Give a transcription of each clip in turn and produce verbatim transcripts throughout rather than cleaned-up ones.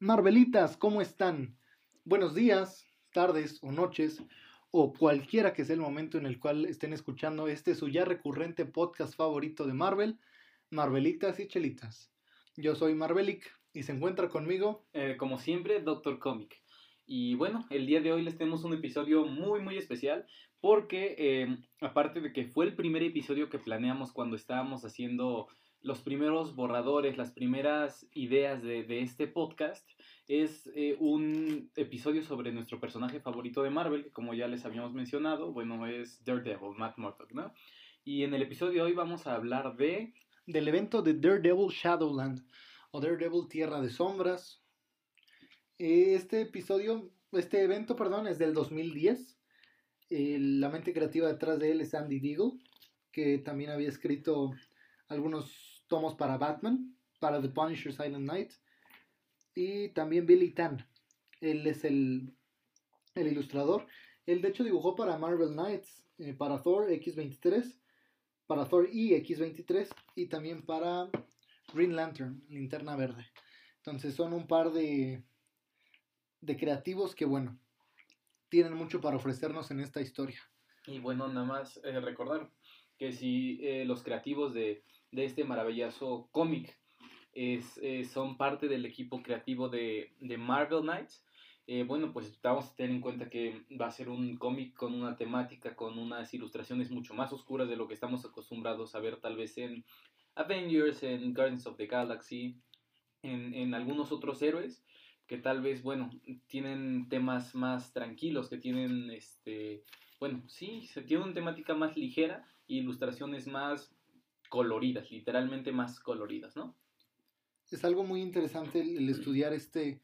Marvelitas, ¿cómo están? Buenos días, tardes o noches, o cualquiera que sea el momento en el cual estén escuchando este su ya recurrente podcast favorito de Marvel, Marvelitas y Chelitas. Yo soy Marvelic y se encuentra conmigo, Eh, como siempre, Doctor Comic. Y bueno, el día de hoy les tenemos un episodio muy muy especial porque eh, aparte de que fue el primer episodio que planeamos cuando estábamos haciendo los primeros borradores, las primeras ideas de, de este podcast, es eh, un episodio sobre nuestro personaje favorito de Marvel, que como ya les habíamos mencionado, bueno, es Daredevil, Matt Murdock, ¿no? Y en el episodio de hoy vamos a hablar de... del evento de Daredevil Shadowland, o Daredevil Tierra de Sombras. Este episodio, este evento, perdón, es del dos mil diez. Eh, la mente creativa detrás de él es Andy Deagle, que también había escrito algunos tomos para Batman, para The Punisher Silent Knight, y también Billy Tan. Él es el, el ilustrador. Él de hecho dibujó para Marvel Knights, eh, para Thor equis veintitrés, para Thor y equis veintitrés y también para Green Lantern, Linterna Verde. Entonces son un par de, de creativos que, bueno, tienen mucho para ofrecernos en esta historia. Y bueno, nada más eh, recordar que si eh, los creativos de, de este maravilloso cómic es, eh, son parte del equipo creativo de, de Marvel Knights, eh, bueno, pues vamos a tener en cuenta que va a ser un cómic con una temática, con unas ilustraciones mucho más oscuras de lo que estamos acostumbrados a ver tal vez en Avengers, en Guardians of the Galaxy, en, en algunos otros héroes que tal vez, bueno, tienen temas más tranquilos, que tienen, este, bueno, sí, se tiene una temática más ligera y ilustraciones más coloridas, literalmente más coloridas, ¿no? Es algo muy interesante el, el estudiar este,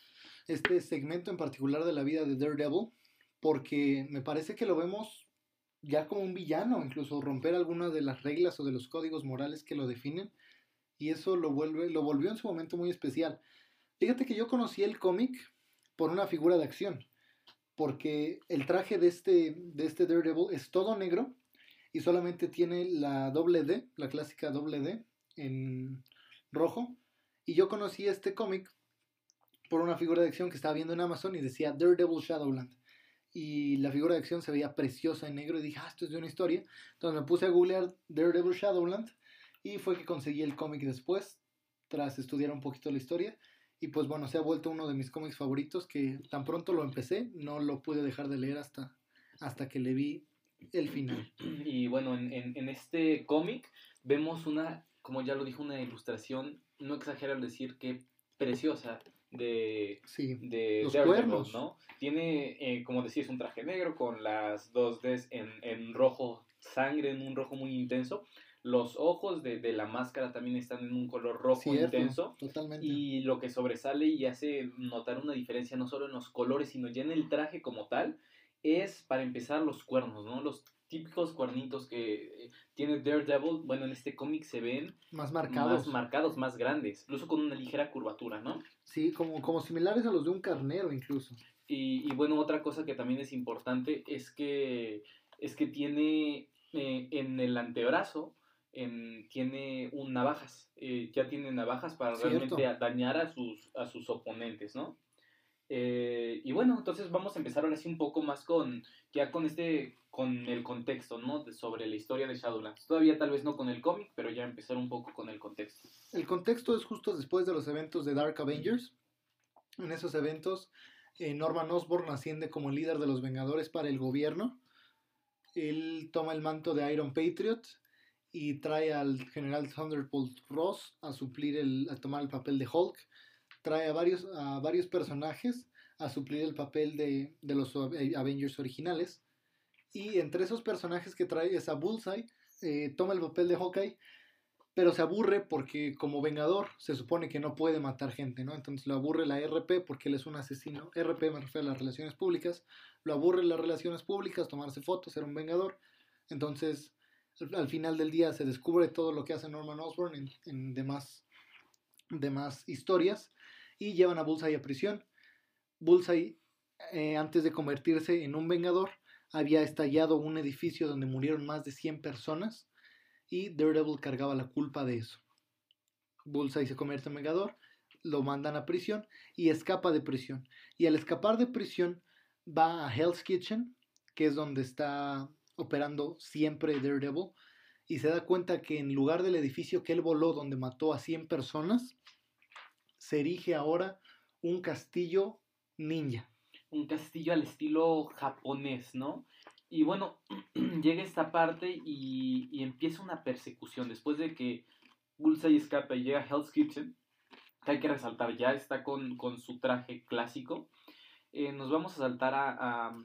este segmento en particular de la vida de Daredevil, porque me parece que lo vemos ya como un villano, incluso romper algunas de las reglas o de los códigos morales que lo definen, y eso lo, vuelve, lo volvió en su momento muy especial. Fíjate que yo conocí el cómic por una figura de acción, porque el traje de este, de este Daredevil es todo negro y solamente tiene la doble D, la clásica doble D en rojo. Y yo conocí este cómic por una figura de acción que estaba viendo en Amazon y decía Daredevil Shadowland. Y la figura de acción se veía preciosa en negro y dije, ah, esto es de una historia. Entonces me puse a googlear Daredevil Shadowland y fue que conseguí el cómic después, tras estudiar un poquito la historia. Y pues bueno, se ha vuelto uno de mis cómics favoritos que tan pronto lo empecé, no lo pude dejar de leer hasta, hasta que le vi el final. Y bueno, en, en, en este cómic vemos una, como ya lo dijo, una ilustración, no exagero al decir que preciosa de, Sí, de los Daredevil, cuernos. ¿no? Tiene, eh, como decís, un traje negro con las dos Ds en, en rojo sangre, en un rojo muy intenso. Los ojos de, de la máscara también están en un color rojo Cierto, intenso. totalmente. Y lo que sobresale y hace notar una diferencia no solo en los colores, sino ya en el traje como tal, es para empezar los cuernos, ¿no? Los típicos cuernitos que eh, tiene Daredevil, bueno, en este cómic se ven Más más marcados. marcados, más grandes, incluso con una ligera curvatura, ¿no? Sí, como, como similares a los de un carnero incluso. Y, y bueno, otra cosa que también es importante es que, es que tiene eh, en el antebrazo, en, tiene un navajas, eh, ya tiene navajas para Cierto. realmente a- dañar a sus, a sus oponentes, ¿no? Eh, y bueno, entonces vamos a empezar ahora sí un poco más con, ya con este, con el contexto, ¿no? De- sobre la historia de Shadowlands. Todavía tal vez no con el cómic, pero ya empezar un poco con el contexto. El contexto es justo después de los eventos de Dark Avengers. En esos eventos, eh, Norman Osborn asciende como líder de los Vengadores para el gobierno. Él toma el manto de Iron Patriot y trae al general Thunderbolt Ross a suplir el, a tomar el papel de Hulk. Trae a varios, a varios personajes a suplir el papel de, de los Avengers originales. Y entre esos personajes que trae es a Bullseye, eh, toma el papel de Hawkeye, pero se aburre porque como Vengador se supone que no puede matar gente, ¿no? Entonces lo aburre la R P porque él es un asesino. R P me refiero a las relaciones públicas. Lo aburre las relaciones públicas, tomarse fotos, ser un Vengador. Entonces, al, al final del día se descubre todo lo que hace Norman Osborn en, en demás, demás historias y llevan a Bullseye a prisión. Bullseye, eh, antes de convertirse en un Vengador, había estallado un edificio donde murieron más de cien personas y Daredevil cargaba la culpa de eso. Bullseye se convierte en Vengador, lo mandan a prisión y escapa de prisión. Y al escapar de prisión va a Hell's Kitchen, que es donde está operando siempre Daredevil, y se da cuenta que en lugar del edificio que él voló donde mató a cien personas, se erige ahora un castillo ninja. Un castillo al estilo japonés, ¿no? Y bueno, llega esta parte y, y empieza una persecución. Después de que Bullseye escapa y llega a Hell's Kitchen, que hay que resaltar, ya está con, con su traje clásico. Eh, nos vamos a saltar a, a,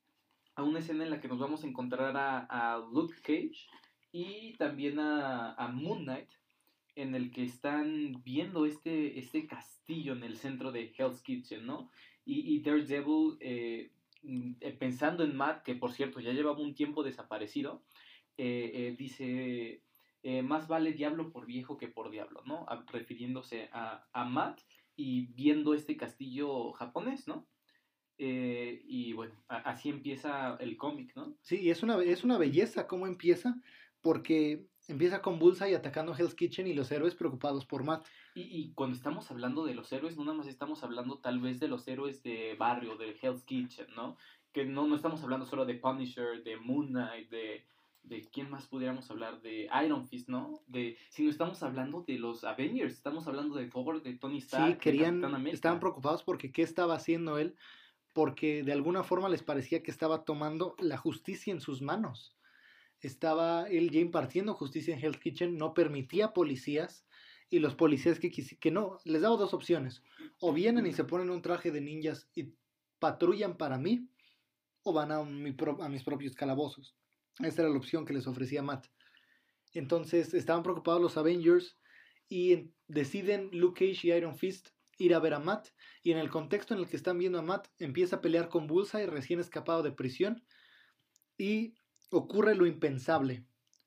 a una escena en la que nos vamos a encontrar a, a Luke Cage y también a, a Moon Knight, en el que están viendo este, este castillo en el centro de Hell's Kitchen, ¿no? Y, y Daredevil, eh, pensando en Matt, que por cierto ya llevaba un tiempo desaparecido, eh, eh, dice, eh, más vale diablo por viejo que por diablo, ¿no? A, refiriéndose a, a Matt y viendo este castillo japonés, ¿no? Eh, y bueno, a, así empieza el cómic, ¿no? Sí, y es una, es una belleza cómo empieza, porque empieza con Bullseye atacando Hell's Kitchen y los héroes preocupados por Matt. Y, y cuando estamos hablando de los héroes, no nada más estamos hablando tal vez de los héroes de barrio, de Hell's Kitchen, ¿no? Que no, no estamos hablando solo de Punisher, de Moon Knight, de, de quién más pudiéramos hablar, de Iron Fist, ¿no? De, sino estamos hablando de los Avengers, estamos hablando de Thor, de Tony Stark, Sí, querían, de Capitán América. estaban preocupados porque qué estaba haciendo él, porque de alguna forma les parecía que estaba tomando la justicia en sus manos. Estaba él ya impartiendo justicia en Hell's Kitchen, no permitía policías, y los policías que, que no, les daba dos opciones: o vienen y se ponen un traje de ninjas y patrullan para mí, o van a, mi pro, a mis propios calabozos. Esa era la opción que les ofrecía Matt. Entonces estaban preocupados los Avengers y deciden Luke Cage y Iron Fist ir a ver a Matt, y en el contexto en el que están viendo a Matt, empieza a pelear con Bullseye recién escapado de prisión, y ocurre lo impensable.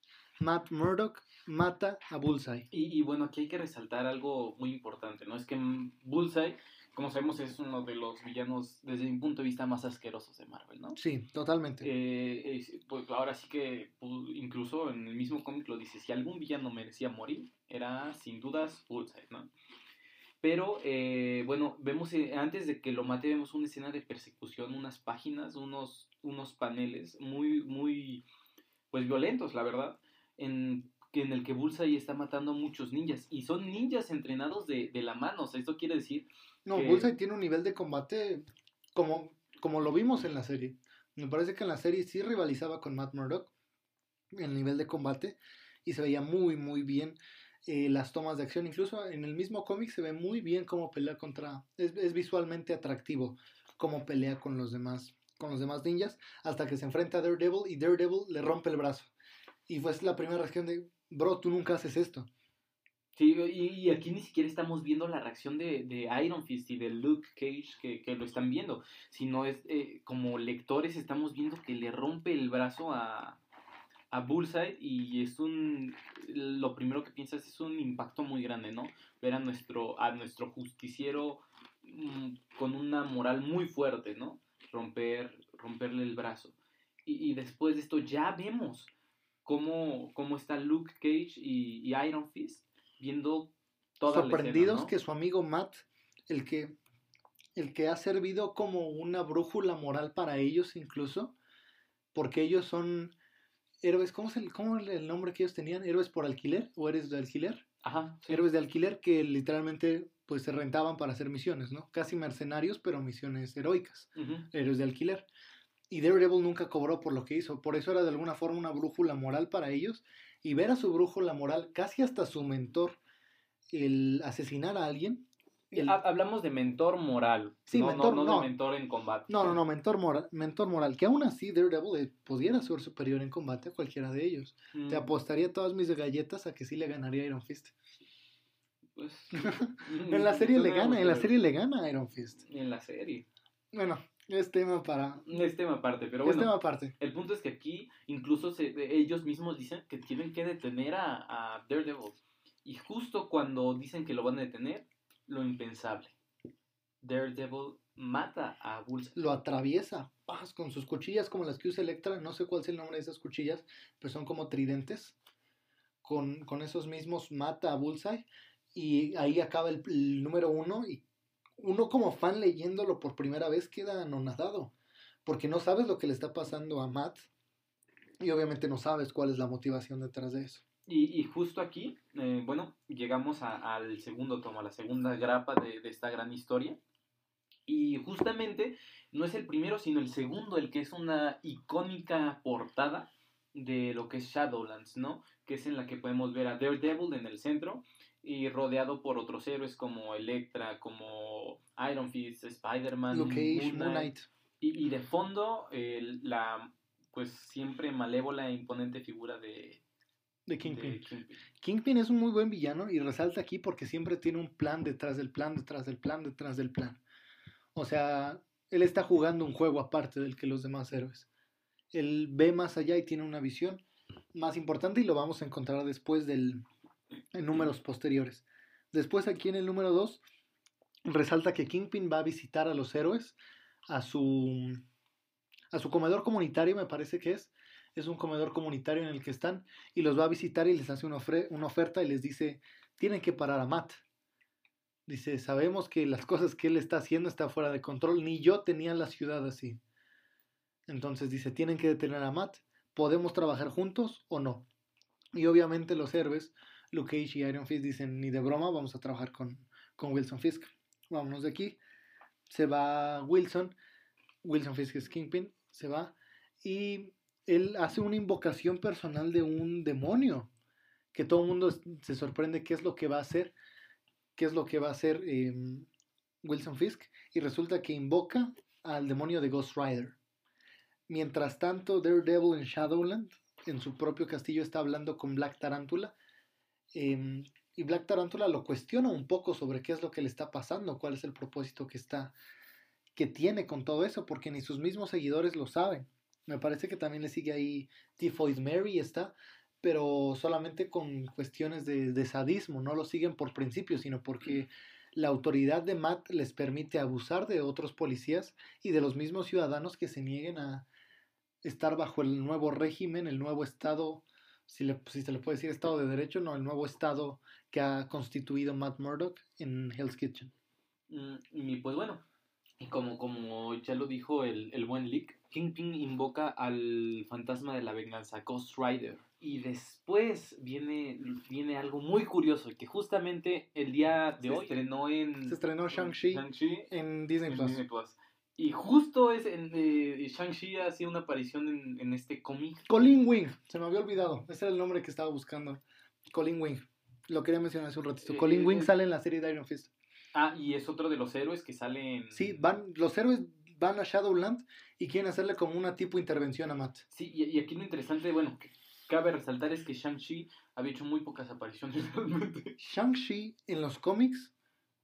Matt Murdock mata a Bullseye. Y, y bueno, aquí hay que resaltar algo muy importante, ¿no? Es que Bullseye, como sabemos, es uno de los villanos, desde mi punto de vista, más asquerosos de Marvel, ¿no? Sí, totalmente. Eh, eh, pues ahora sí que, pues, incluso en el mismo cómic lo dice, si algún villano merecía morir, era sin dudas Bullseye, ¿no? Pero, eh, bueno, vemos, eh, antes de que lo mate, vemos una escena de persecución, unas páginas, unos, unos paneles muy, muy, pues, violentos, la verdad, en, en el que Bullseye está matando a muchos ninjas, y son ninjas entrenados de, de la mano, o sea, esto quiere decir... No, que... Bullseye tiene un nivel de combate como, como lo vimos en la serie. Me parece que en la serie sí rivalizaba con Matt Murdock en el nivel de combate, y se veía muy, muy bien. Eh, las tomas de acción, incluso en el mismo cómic se ve muy bien cómo pelea contra, es, es visualmente atractivo cómo pelea con los demás con los demás ninjas, hasta que se enfrenta a Daredevil y Daredevil le rompe el brazo, y fue la primera reacción de, bro, tú nunca haces esto. Sí, y, y aquí ni siquiera estamos viendo la reacción de, de Iron Fist y de Luke Cage que, que lo están viendo, sino es eh, como lectores estamos viendo que le rompe el brazo a a Bullseye, y es un, lo primero que piensas es un impacto muy grande, ¿no? Ver a nuestro, a nuestro justiciero mmm, con una moral muy fuerte, ¿no? Romper, romperle el brazo. Y, y después de esto ya vemos cómo, cómo está Luke Cage y, y Iron Fist viendo toda sorprendidos la escena, ¿no? Que su amigo Matt, el que, el que ha servido como una brújula moral para ellos incluso, porque ellos son... héroes, ¿cómo es el, cómo el nombre que ellos tenían? ¿Héroes por alquiler o héroes de alquiler? Ajá, sí. Héroes de alquiler que literalmente pues se rentaban para hacer misiones, ¿no? Casi mercenarios, pero misiones heroicas. Uh-huh. Héroes de alquiler. Y Daredevil nunca cobró por lo que hizo, por eso era de alguna forma una brújula moral para ellos, y ver a su brújula moral, casi hasta su mentor, el asesinar a alguien. El... Hablamos de mentor moral, sí, no, mentor, no, no, no de mentor en combate. No, no, no, mentor moral, mentor moral, que aún así Daredevil pudiera ser superior en combate a cualquiera de ellos. Mm. Te apostaría todas mis galletas a que sí le ganaría a Iron Fist. Pues, en la serie le gana, en la serie le gana a Iron Fist. En la serie. Bueno, es tema para... Es tema aparte, pero bueno. Es tema aparte. El punto es que aquí incluso se, ellos mismos dicen que tienen que detener a, a Daredevil. Y justo cuando dicen que lo van a detener, lo impensable. Daredevil mata a Bullseye. Lo atraviesa, ¡paz!, con sus cuchillas como las que usa Elektra. No sé cuál es el nombre de esas cuchillas, pero son como tridentes. Con, con esos mismos mata a Bullseye. y ahí acaba el, el número uno y uno como fan leyéndolo por primera vez queda anonadado, porque no sabes lo que le está pasando a Matt y obviamente no sabes cuál es la motivación detrás de eso. Y, y justo aquí, eh, bueno, llegamos a- al segundo tomo, a la segunda grapa de, de esta gran historia. Y justamente no es el primero, sino el segundo, el que es una icónica portada de lo que es Shadowlands, ¿no? Que es en la que podemos ver a Daredevil en el centro y rodeado por otros héroes como Elektra, como Iron Fist, Spider-Man, Luke Cage, Moon Moon Knight. Knight. Y, y de fondo, eh, la pues siempre malévola e imponente figura de, De Kingpin. de Kingpin. Kingpin es un muy buen villano y resalta aquí porque siempre tiene un plan detrás del plan, detrás del plan, detrás del plan. O sea, él está jugando un juego aparte del que los demás héroes. Él ve más allá y tiene una visión más importante y lo vamos a encontrar después del, en números posteriores. Después aquí en el número dos resalta que Kingpin va a visitar a los héroes a su, a su comedor comunitario, me parece que es. Es un comedor comunitario en el que están y los va a visitar y les hace una, ofre- una oferta y les dice, tienen que parar a Matt. Dice, sabemos que las cosas que él está haciendo está fuera de control, ni yo tenía la ciudad así. Entonces dice, tienen que detener a Matt, ¿podemos trabajar juntos o no? Y obviamente los héroes, Luke Cage y Iron Fist dicen, ni de broma, vamos a trabajar con, con Wilson Fisk. Vámonos de aquí. Se va Wilson, Wilson Fisk es Kingpin, se va y él hace una invocación personal de un demonio, que todo el mundo se sorprende qué es lo que va a hacer, qué es lo que va a hacer eh, Wilson Fisk, y resulta que invoca al demonio de Ghost Rider. Mientras tanto, Daredevil en Shadowland, en su propio castillo, está hablando con Black Tarantula. Eh, y Black Tarantula lo cuestiona un poco sobre qué es lo que le está pasando, cuál es el propósito que, está, que tiene con todo eso, porque ni sus mismos seguidores lo saben. Me parece que también le sigue ahí Typhoid Mary, está, pero solamente con cuestiones de, de sadismo, no lo siguen por principio, sino porque la autoridad de Matt les permite abusar de otros policías y de los mismos ciudadanos que se nieguen a estar bajo el nuevo régimen, el nuevo estado, si, le, si se le puede decir estado de derecho, no, el nuevo estado que ha constituido Matt Murdock en Hell's Kitchen. Mm, Y pues bueno, y como, como ya lo dijo el, el buen Lick, Kingpin invoca al fantasma de la venganza, Ghost Rider. Y después viene, viene algo muy curioso, que justamente el día de Se hoy estrenó en... Se estrenó Shang-Chi Shang-Chi en Disney en Plus. Disney Plus. Y justo es en, eh, Shang-Chi ha sido una aparición en, en este cómic. Colin Wing, se me había olvidado, ese era el nombre que estaba buscando. Colin Wing, lo quería mencionar hace un ratito. Eh, Colin eh, Wing eh, sale en la serie de Iron Fist. Ah, y es otro de los héroes que sale en... Sí, van, los héroes van a Shadowland y quieren hacerle como una tipo intervención a Matt. Sí, y, y aquí lo interesante, bueno, que cabe resaltar es que Shang-Chi había hecho muy pocas apariciones realmente. Shang-Chi en los cómics,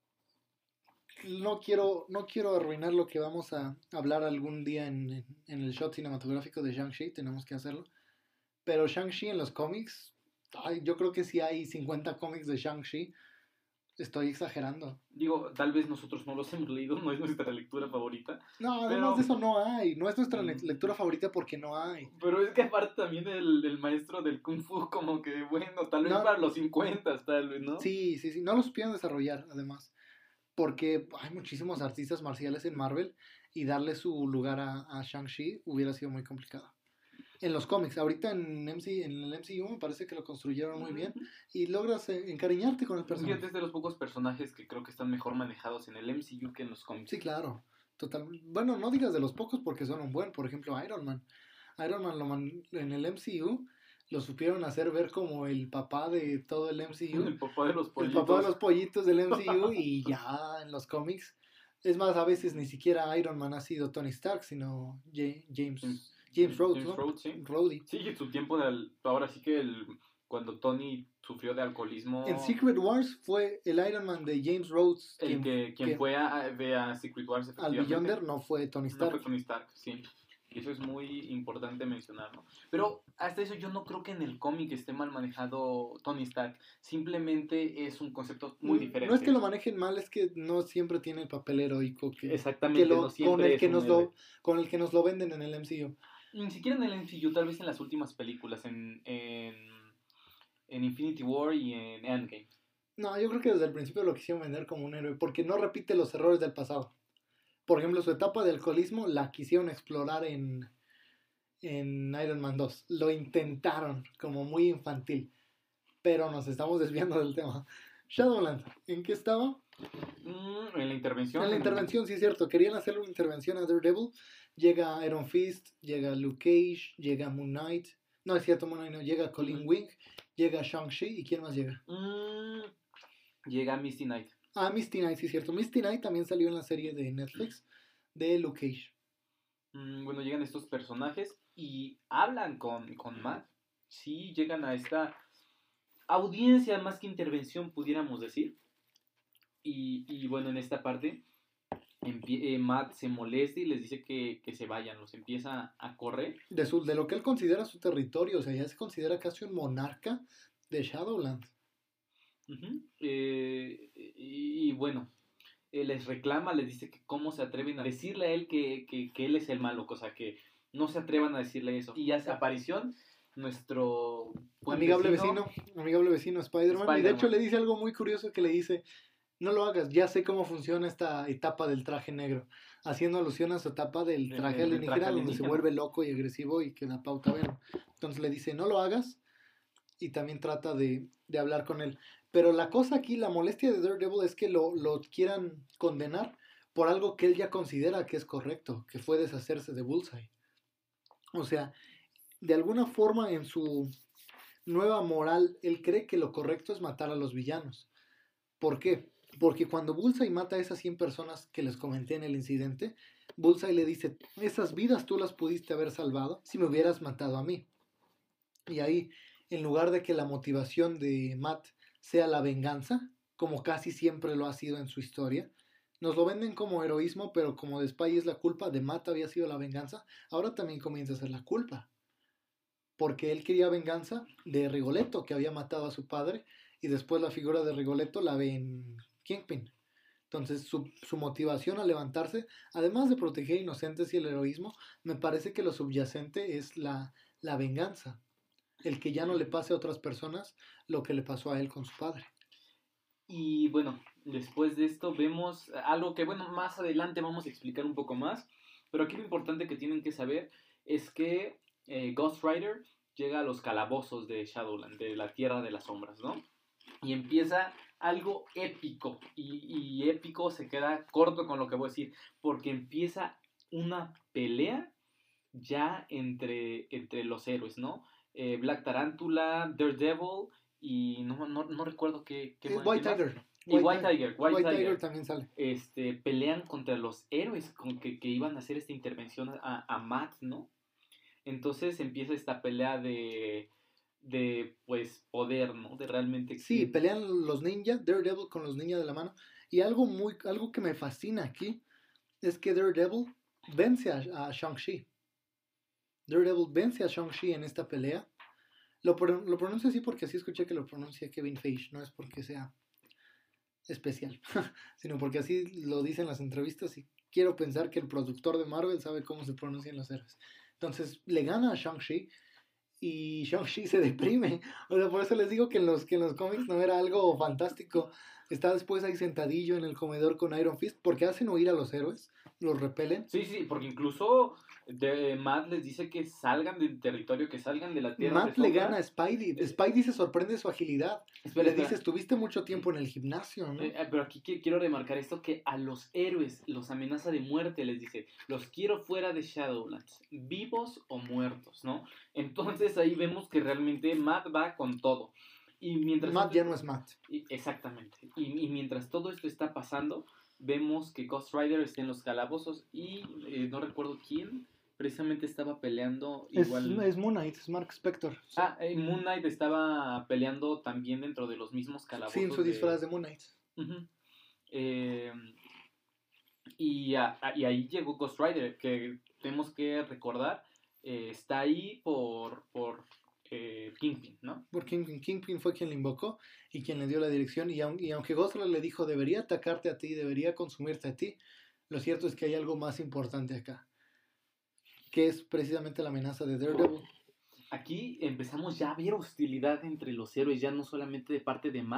no quiero, no quiero arruinar lo que vamos a hablar algún día en, en, en el shot cinematográfico de Shang-Chi, tenemos que hacerlo. Pero Shang-Chi en los cómics, ay, yo creo que si hay cincuenta cómics de Shang-Chi, estoy exagerando. Digo, tal vez nosotros no los hemos leído, no es nuestra lectura favorita. No, además Pero- de eso no hay. No es nuestra Mm. le- lectura favorita porque no hay. Pero es que aparte también el, el maestro del Kung Fu, como que, bueno, tal vez No. para los cincuenta, tal vez, ¿no? Sí, sí, sí. No los supieron desarrollar, además. Porque hay muchísimos artistas marciales en Marvel y darle su lugar a, a Shang-Chi hubiera sido muy complicado. En los cómics, ahorita en, M C, en el M C U me parece que lo construyeron muy bien y logras eh, encariñarte con el Fíjate, personaje. es de los pocos personajes que creo que están mejor manejados en el M C U que en los cómics. Sí, claro. Total. Bueno, no digas de los pocos porque son un buen. Por ejemplo, Iron Man. Iron Man lo man- en el M C U lo supieron hacer ver como el papá de todo el M C U. El papá de los El pollitos. papá de los pollitos del M C U y ya en los cómics. Es más, a veces ni siquiera Iron Man ha sido Tony Stark, sino Ja- James, James, James Rhodes, James ¿no? Rhodes, sí. Rhodey. Sí, y su tiempo del... Ahora sí que el, cuando Tony sufrió de alcoholismo... En Secret Wars fue el Iron Man de James Rhodes El quien, que, quien que fue a, a, a Secret Wars, al efectivamente. Beyonder, no fue Tony No Stark. fue Tony Stark, sí. Y eso es muy importante mencionarlo. Pero hasta eso yo no creo que en el cómic esté mal manejado Tony Stark. Simplemente es un concepto muy Mm, diferente. No es que lo manejen mal, es que no siempre tiene el papel heroico que, Exactamente, que lo- no siempre con, el es que un nos héroe. lo, con el que nos lo venden en el M C U. Ni siquiera en el M C U, tal vez en las últimas películas, en, en, en Infinity War y en Endgame. No, yo creo que desde el principio lo quisieron vender como un héroe, porque no repite los errores del pasado. Por ejemplo, su etapa de alcoholismo la quisieron explorar en, en Iron Man dos. Lo intentaron como muy infantil, pero nos estamos desviando del tema. Shadowland, ¿en qué estaba? Mm, en la intervención. En la en- intervención, sí es cierto. Querían hacerle una intervención a Daredevil. Llega Iron Fist, llega Luke Cage, llega Moon Knight. No es cierto, Moon Knight no. Llega Colin Ujú. Wing, llega Shang-Chi. ¿Y quién más llega? Mm, llega Misty Knight. Ah, Misty Knight, sí es cierto. Misty Knight también salió en la serie de Netflix de Luke Cage. Mm, bueno, llegan estos personajes y hablan con, con Matt. Sí, llegan a esta audiencia más que intervención, pudiéramos decir. Y, y bueno, en esta parte, empie- eh, Matt se molesta y les dice que, que se vayan, los empieza a correr. De, su, de lo que él considera su territorio. O sea, ya se considera casi un monarca de Shadowland. Ujú. Eh, y, y bueno, eh, les reclama, les dice que cómo se atreven a decirle a él que, que, que él es el malo, cosa que no se atrevan a decirle eso. Y hace aparición nuestro buen Amigable vecino, amigable vecino Spider-Man. Y de hecho Spider-Man. le dice algo muy curioso que le dice, no lo hagas, ya sé cómo funciona esta etapa del traje negro. Haciendo alusión a su etapa del Del- traje del alienígena, traje donde se alienígena. vuelve loco y agresivo y que da pauta a ver. Entonces le dice, no lo hagas. Y también trata de, de hablar con él. Pero la cosa aquí, la molestia de Daredevil es que lo, lo quieran condenar por algo que él ya considera que es correcto, que fue deshacerse de Bullseye. O sea, de alguna forma en su nueva moral, él cree que lo correcto es matar a los villanos. ¿Por qué? Porque cuando Bullseye mata a esas cien personas que les comenté en el incidente, Bullseye le dice, esas vidas tú las pudiste haber salvado si me hubieras matado a mí. Y ahí, en lugar de que la motivación de Matt sea la venganza, como casi siempre lo ha sido en su historia, nos lo venden como heroísmo, pero como de Spy es la culpa, de Matt había sido la venganza, ahora también comienza a ser la culpa. Porque él quería venganza de Rigoletto, que había matado a su padre, y después la figura de Rigoletto la ve en Kingpin. Entonces su, su motivación a levantarse, además de proteger inocentes y el heroísmo, me parece que lo subyacente es la, la venganza. El que ya no le pase a otras personas lo que le pasó a él con su padre. Y bueno, después de esto vemos algo que, bueno, más adelante vamos a explicar un poco más. Pero aquí lo importante que tienen que saber es que eh, Ghost Rider llega a los calabozos de Shadowland, de la Tierra de las Sombras, ¿no? Y empieza algo épico. Y, y épico se queda corto con lo que voy a decir, porque empieza una pelea ya entre, entre los héroes, ¿no? Eh, Black Tarantula, Daredevil y no, no, no recuerdo qué, qué Es más. White ¿Quién más? Tiger. Y White Tiger, White, White Tiger. Tiger también sale. Este, pelean contra los héroes con que, que iban a hacer esta intervención a, a Matt, ¿no? Entonces empieza esta pelea de, de pues, poder, ¿no? De realmente Sí, quién- pelean los ninjas, Daredevil con los ninjas de la mano. Y algo, muy, algo que me fascina aquí es que Daredevil vence a, a Shang-Chi. Daredevil vence a Shang-Chi en esta pelea. Lo, pro- lo pronuncio así porque así escuché que lo pronuncia Kevin Feige. No es porque sea especial, sino porque así lo dicen las entrevistas y quiero pensar que el productor de Marvel sabe cómo se pronuncian los héroes. Entonces le gana a Shang-Chi y Shang-Chi se deprime. O sea, por eso les digo que en los, que en los cómics no era algo fantástico. Está después ahí sentadillo en el comedor con Iron Fist porque hacen huir a los héroes, los repelen. Sí, sí, porque incluso de, Matt les dice que salgan del territorio, que salgan de la Tierra Matt de le Sombras. gana a Spidey. Spidey se sorprende de su agilidad. Espera, le espera. dice, estuviste mucho tiempo en el gimnasio, ¿no? Eh, eh, pero aquí qui- quiero remarcar esto, que a los héroes los amenaza de muerte, les dice, los quiero fuera de Shadowlands, vivos o muertos, ¿no? Entonces ahí vemos que realmente Matt va con todo. Y mientras Matt esto- ya no es Matt. y- exactamente. Y, y mientras todo esto está pasando, vemos que Ghost Rider está en los calabozos y eh, no recuerdo quién precisamente estaba peleando Es, igual. es Moon Knight, es Mark Spector. Ah, eh, Moon Knight estaba peleando también dentro de los mismos calabozos. Sí, en su disfraz de Moon Knight. Ujú. Eh, y, a- a- y ahí llegó Ghost Rider, que tenemos que recordar, eh, está ahí por, por eh, Kingpin, ¿no? Porque Kingpin, Kingpin fue quien le invocó y quien le dio la dirección. Y, aun- y aunque Ghost Rider le dijo, debería atacarte a ti, debería consumirte a ti, lo cierto es que hay algo más importante acá, que es precisamente la amenaza de Daredevil. Aquí empezamos ya a ver hostilidad entre los héroes, ya no solamente de parte de Matt,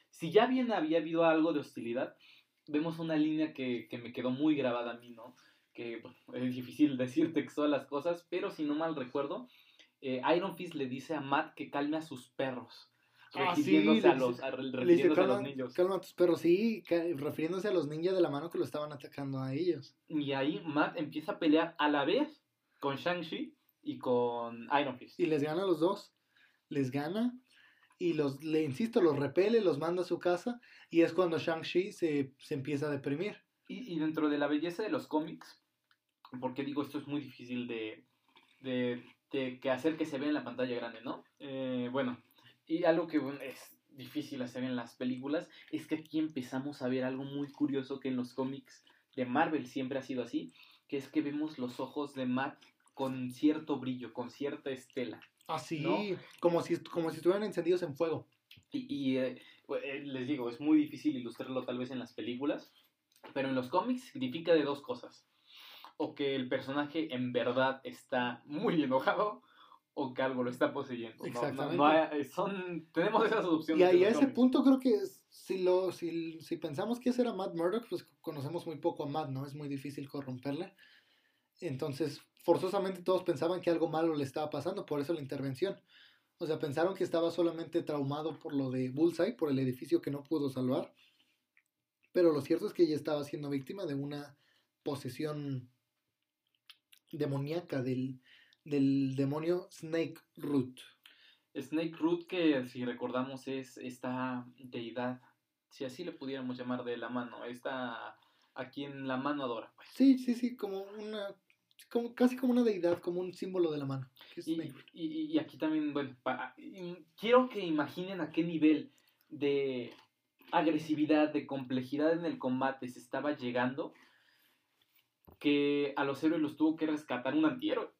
si ya bien había habido algo de hostilidad, vemos una línea que, que me quedó muy grabada a mí, ¿no? Que bueno, es difícil decir textual las cosas, pero si no mal recuerdo, eh, Iron Fist le dice a Matt que calme a sus perros, Ah, sí, refiriéndose, le a dice, los, a- le dice, refiriéndose a los calma, niños. calma a tus perros, sí, ca- refiriéndose a los ninjas de la mano que lo estaban atacando a ellos. Y ahí Matt empieza a pelear a la vez con Shang-Chi y con Iron Fist. Y les gana a los dos, les gana, y los, le insisto, los repele, los manda a su casa, y es cuando Shang-Chi se, se empieza a deprimir. Y, y dentro de la belleza de los cómics, porque digo, esto es muy difícil de, de, de que hacer que se vea en la pantalla grande, ¿no? Eh, bueno, y algo que bueno, es difícil hacer en las películas es que aquí empezamos a ver algo muy curioso que en los cómics de Marvel siempre ha sido así, que es que vemos los ojos de Matt con cierto brillo, con cierta estela. Así, ¿No? como, si, como si estuvieran encendidos en fuego. Y, y eh, eh, les digo, es muy difícil ilustrarlo tal vez en las películas, pero en los cómics significa de dos cosas. O que el personaje en verdad está muy enojado, o que algo lo está poseyendo. Exactamente. No, no, no hay, son, tenemos esas opciones. Y ahí a los ese cómics. punto creo que si, lo, si, si pensamos que ese era Matt Murdock, pues conocemos muy poco a Matt, ¿no? Es muy difícil corromperle. Entonces, forzosamente todos pensaban que algo malo le estaba pasando, por eso la intervención. O sea, pensaron que estaba solamente traumado por lo de Bullseye, por el edificio que no pudo salvar. Pero lo cierto es que ella estaba siendo víctima de una posesión demoníaca del, del demonio Snake Root. Snake Root, que si recordamos es esta deidad, si así le pudiéramos llamar, de la mano, esta a quien la mano adora. Pues. Sí, sí, sí, como una, como, casi como una deidad, como un símbolo de la mano. Que es Y, Snake Root. y, y aquí también, bueno, pa- y quiero que imaginen a qué nivel de agresividad, de complejidad en el combate se estaba llegando, que a los héroes los tuvo que rescatar un antihéroe,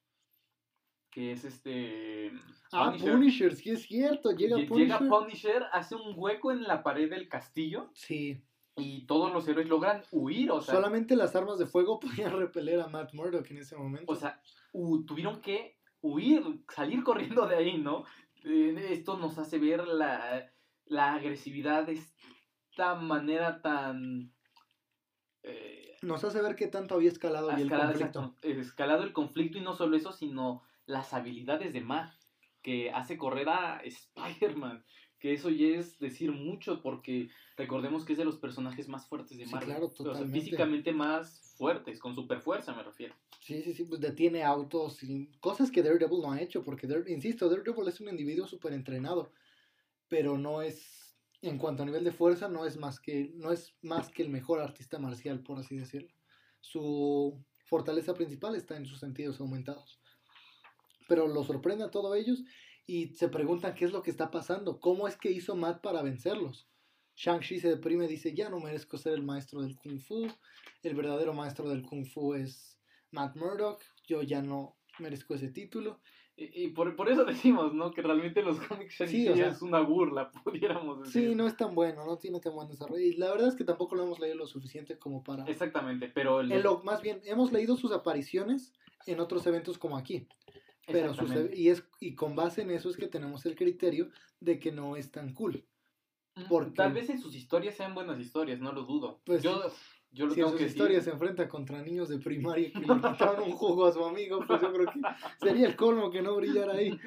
que es este Ah, Punisher. Punisher, sí es cierto, llega Lle- Punisher. Llega Punisher, hace un hueco en la pared del castillo Sí, y todos los héroes logran huir, o sea, solamente las armas de fuego podían repeler a Matt Murdock en ese momento. o sea, hu- tuvieron que huir, salir corriendo de ahí, ¿no? Eh, esto nos hace ver la, la agresividad de esta manera tan... eh, Nos hace ver qué tanto había escalado y el escalado, conflicto. exacto, escalado el conflicto, y no solo eso, sino las habilidades de Matt, que hace correr a Spider-Man, que eso ya es decir mucho, porque recordemos que es de los personajes más fuertes de Sí, Marvel. claro, O sea, totalmente. físicamente más fuertes, con super fuerza me refiero. Sí, sí, sí, pues detiene autos y cosas que Daredevil no ha hecho, porque, Dare- insisto, Daredevil es un individuo súper entrenado, pero no es, en cuanto a nivel de fuerza, no es más que, no es más que el mejor artista marcial, por así decirlo. Su fortaleza principal está en sus sentidos aumentados. Pero lo sorprende a todos ellos y se preguntan qué es lo que está pasando, cómo es que hizo Matt para vencerlos. Shang-Chi se deprime y dice, ya no merezco ser el maestro del Kung Fu, el verdadero maestro del Kung Fu es Matt Murdock, yo ya no merezco ese título. Y, y por, por eso decimos, ¿no? Que realmente los cómics Shang-Chi Sí, o sea, es una burla, pudiéramos decir. sí, no es tan bueno, no tiene tan buen desarrollo. Y la verdad es que tampoco lo hemos leído lo suficiente como para... Exactamente, pero... el- En lo, más bien, hemos leído sus apariciones en otros eventos como aquí. Pero sus, Exactamente. y, es, y con base en eso es que tenemos el criterio de que no es tan cool. porque- Tal vez en sus historias sean buenas historias, no lo dudo. Pues, yo yo lo Si en tengo sus que historias se decir. enfrenta contra niños de primaria que le quitaron un jugo a su amigo, pues yo creo que sería el colmo que no brillara ahí.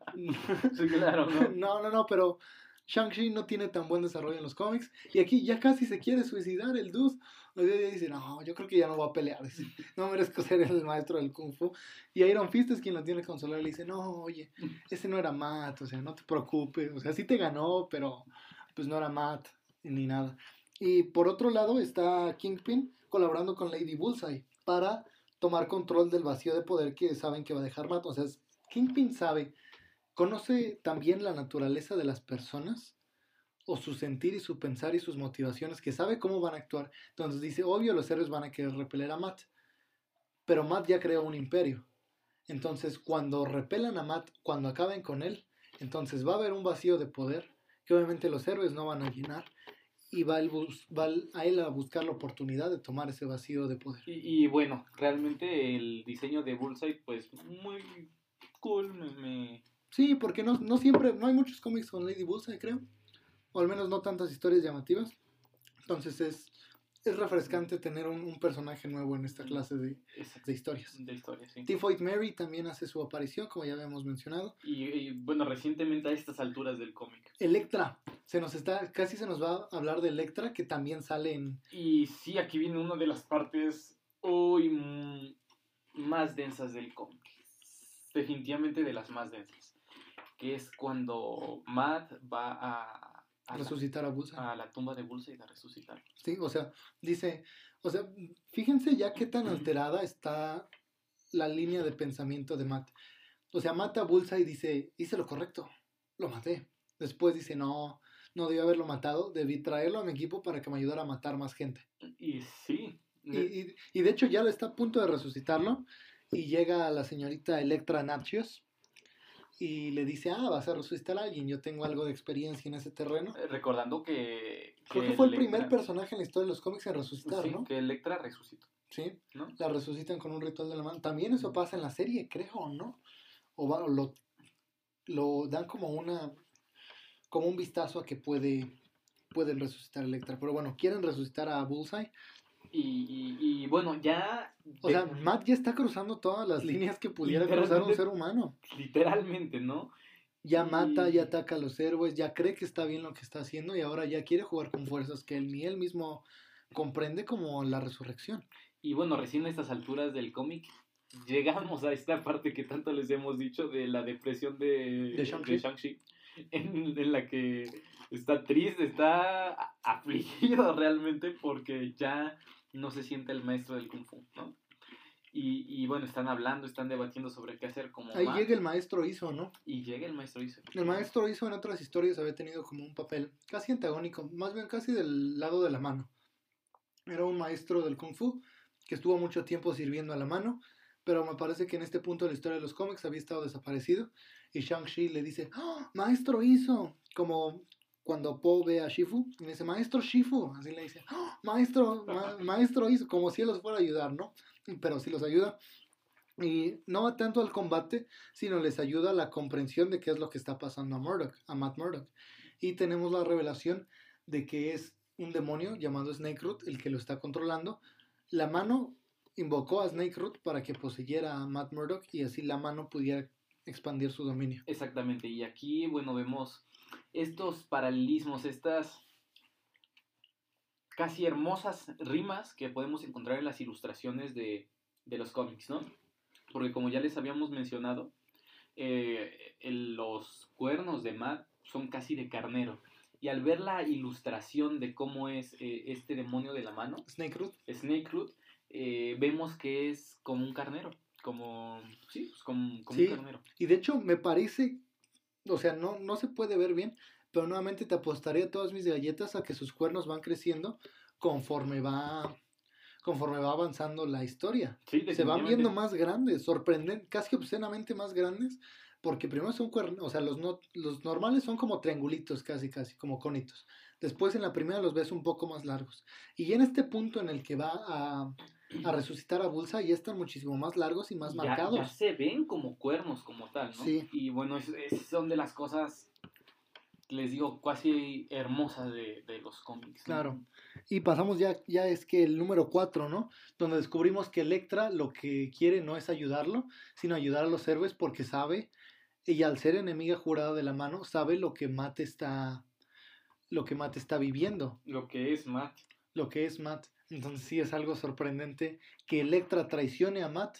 Sí, claro, ¿no? No, no, no, pero Shang-Chi no tiene tan buen desarrollo en los cómics. Y aquí ya casi se quiere suicidar el dude. O sea, ya dice, no, yo creo que ya no va a pelear. Dice, no merezco ser el maestro del Kung Fu. Y Iron Fist es quien lo tiene que consolar. Le dice, no, oye, ese no era Matt. O sea, no te preocupes. O sea, sí te ganó, pero pues no era Matt ni nada. Y por otro lado está Kingpin colaborando con Lady Bullseye para tomar control del vacío de poder que saben que va a dejar Matt. O sea, es- Kingpin sabe, conoce también la naturaleza de las personas o su sentir y su pensar y sus motivaciones, que sabe cómo van a actuar. Entonces dice, obvio los héroes van a querer repeler a Matt, pero Matt ya creó un imperio. Entonces cuando repelan a Matt, cuando acaben con él, entonces va a haber un vacío de poder que obviamente los héroes no van a llenar y va, el bus- va el- a él a buscar la oportunidad de tomar ese vacío de poder. Y, y bueno, realmente el diseño de Bullseye, pues muy cool, me... me- Sí, porque no, no siempre, no hay muchos cómics con Lady Bullseye, creo. o al menos no tantas historias llamativas. Entonces es, es refrescante tener un, un personaje nuevo en esta clase de, de historias. De historias, sí. Typhoid Mary también hace su aparición, como ya habíamos mencionado. Y, y bueno, recientemente a estas alturas del cómic. Electra, se nos está, casi se nos va a hablar de Electra, que también sale en... Y sí, aquí viene una de las partes hoy mm, más densas del cómic. Definitivamente de las más densas. Que es cuando Matt va a... a resucitar la, a Bullseye. A la tumba de Bullseye y a resucitar. Sí, o sea, dice... O sea, fíjense ya qué tan alterada está la línea de pensamiento de Matt. O sea, mata a Bullseye y dice, hice lo correcto, lo maté. Después dice, no, no debí haberlo matado, debí traerlo a mi equipo para que me ayudara a matar más gente. Y sí. Y, y, y de hecho ya está a punto de resucitarlo y llega la señorita Electra Natchios y le dice, ah, vas a resucitar a alguien, yo tengo algo de experiencia en ese terreno. Recordando que... Creo que, que fue el Electra... primer personaje en la historia de los cómics en resucitar, sí, ¿no? que Electra resucitó. Sí, ¿no? La resucitan con un ritual de la mano. También eso pasa en la serie, creo, ¿no? O, va, o lo, lo dan como una... como un vistazo a que puede, pueden resucitar a Electra. Pero bueno, quieren resucitar a Bullseye. Y, y, y bueno, ya... O de... sea, Matt ya está cruzando todas las líneas que pudiera cruzar un ser humano. Literalmente, ¿no? Ya y... mata, ya ataca a los héroes, ya cree que está bien lo que está haciendo y ahora ya quiere jugar con fuerzas que él ni él mismo comprende, como la resurrección. Y bueno, recién a estas alturas del cómic llegamos a esta parte que tanto les hemos dicho de la depresión de, de Shang-Chi, Shang en, en la que está triste, está afligido realmente porque ya no se siente el maestro del Kung Fu, ¿no? Y, y bueno, están hablando, están debatiendo sobre qué hacer como Ahí Matt, llega el maestro Iso, ¿no? Y llega el maestro Iso. El maestro Iso en otras historias había tenido como un papel casi antagónico, más bien casi del lado de la mano. Era un maestro del Kung Fu que estuvo mucho tiempo sirviendo a la mano, pero me parece que en este punto de la historia de los cómics había estado desaparecido y Shang-Chi le dice, ¡oh, maestro Iso! Como cuando Po ve a Shifu y le dice, maestro Shifu, así le dice, ¡oh, maestro, ma maestro Iso! Como si él los fuera a ayudar, ¿no? Pero sí los ayuda y no va tanto al combate, sino les ayuda a la comprensión de qué es lo que está pasando a Murdock, a Matt Murdock. Y tenemos la revelación de que es un demonio llamado Snakeroot el que lo está controlando. La mano invocó a Snakeroot para que poseyera a Matt Murdock y así la mano pudiera expandir su dominio. Exactamente, y aquí, bueno, vemos estos paralelismos, estas casi hermosas rimas que podemos encontrar en las ilustraciones de, de los cómics, ¿no? Porque como ya les habíamos mencionado, eh, el, los cuernos de Matt son casi de carnero. Y al ver la ilustración de cómo es eh, este demonio de la mano, Snakeroot, Snakeroot eh, vemos que es como un carnero, como, sí, pues como, como sí, un carnero. Y de hecho me parece, o sea, no, no se puede ver bien, pero nuevamente te apostaría todas mis galletas a que sus cuernos van creciendo conforme va, conforme va avanzando la historia. Sí, se van viendo más grandes, sorprenden, casi obscenamente más grandes. Porque primero son cuernos, o sea, los, no, los normales son como triangulitos casi, casi, como conitos. Después en la primera los ves un poco más largos. Y en este punto en el que va a, a resucitar a Bullseye ya están muchísimo más largos y más ya, marcados. Ya se ven como cuernos como tal, ¿no? Sí. Y bueno, es, es, son de las cosas, les digo, casi hermosas de, de los cómics, ¿no? Claro. Y pasamos ya, ya es que el número cuatro, ¿no? Donde descubrimos que Electra lo que quiere no es ayudarlo, sino ayudar a los héroes porque sabe... Ella, al ser enemiga jurada de la mano, sabe lo que Matt está, lo que Matt está viviendo. Lo que es Matt. Lo que es Matt. Entonces sí es algo sorprendente que Electra traicione a Matt.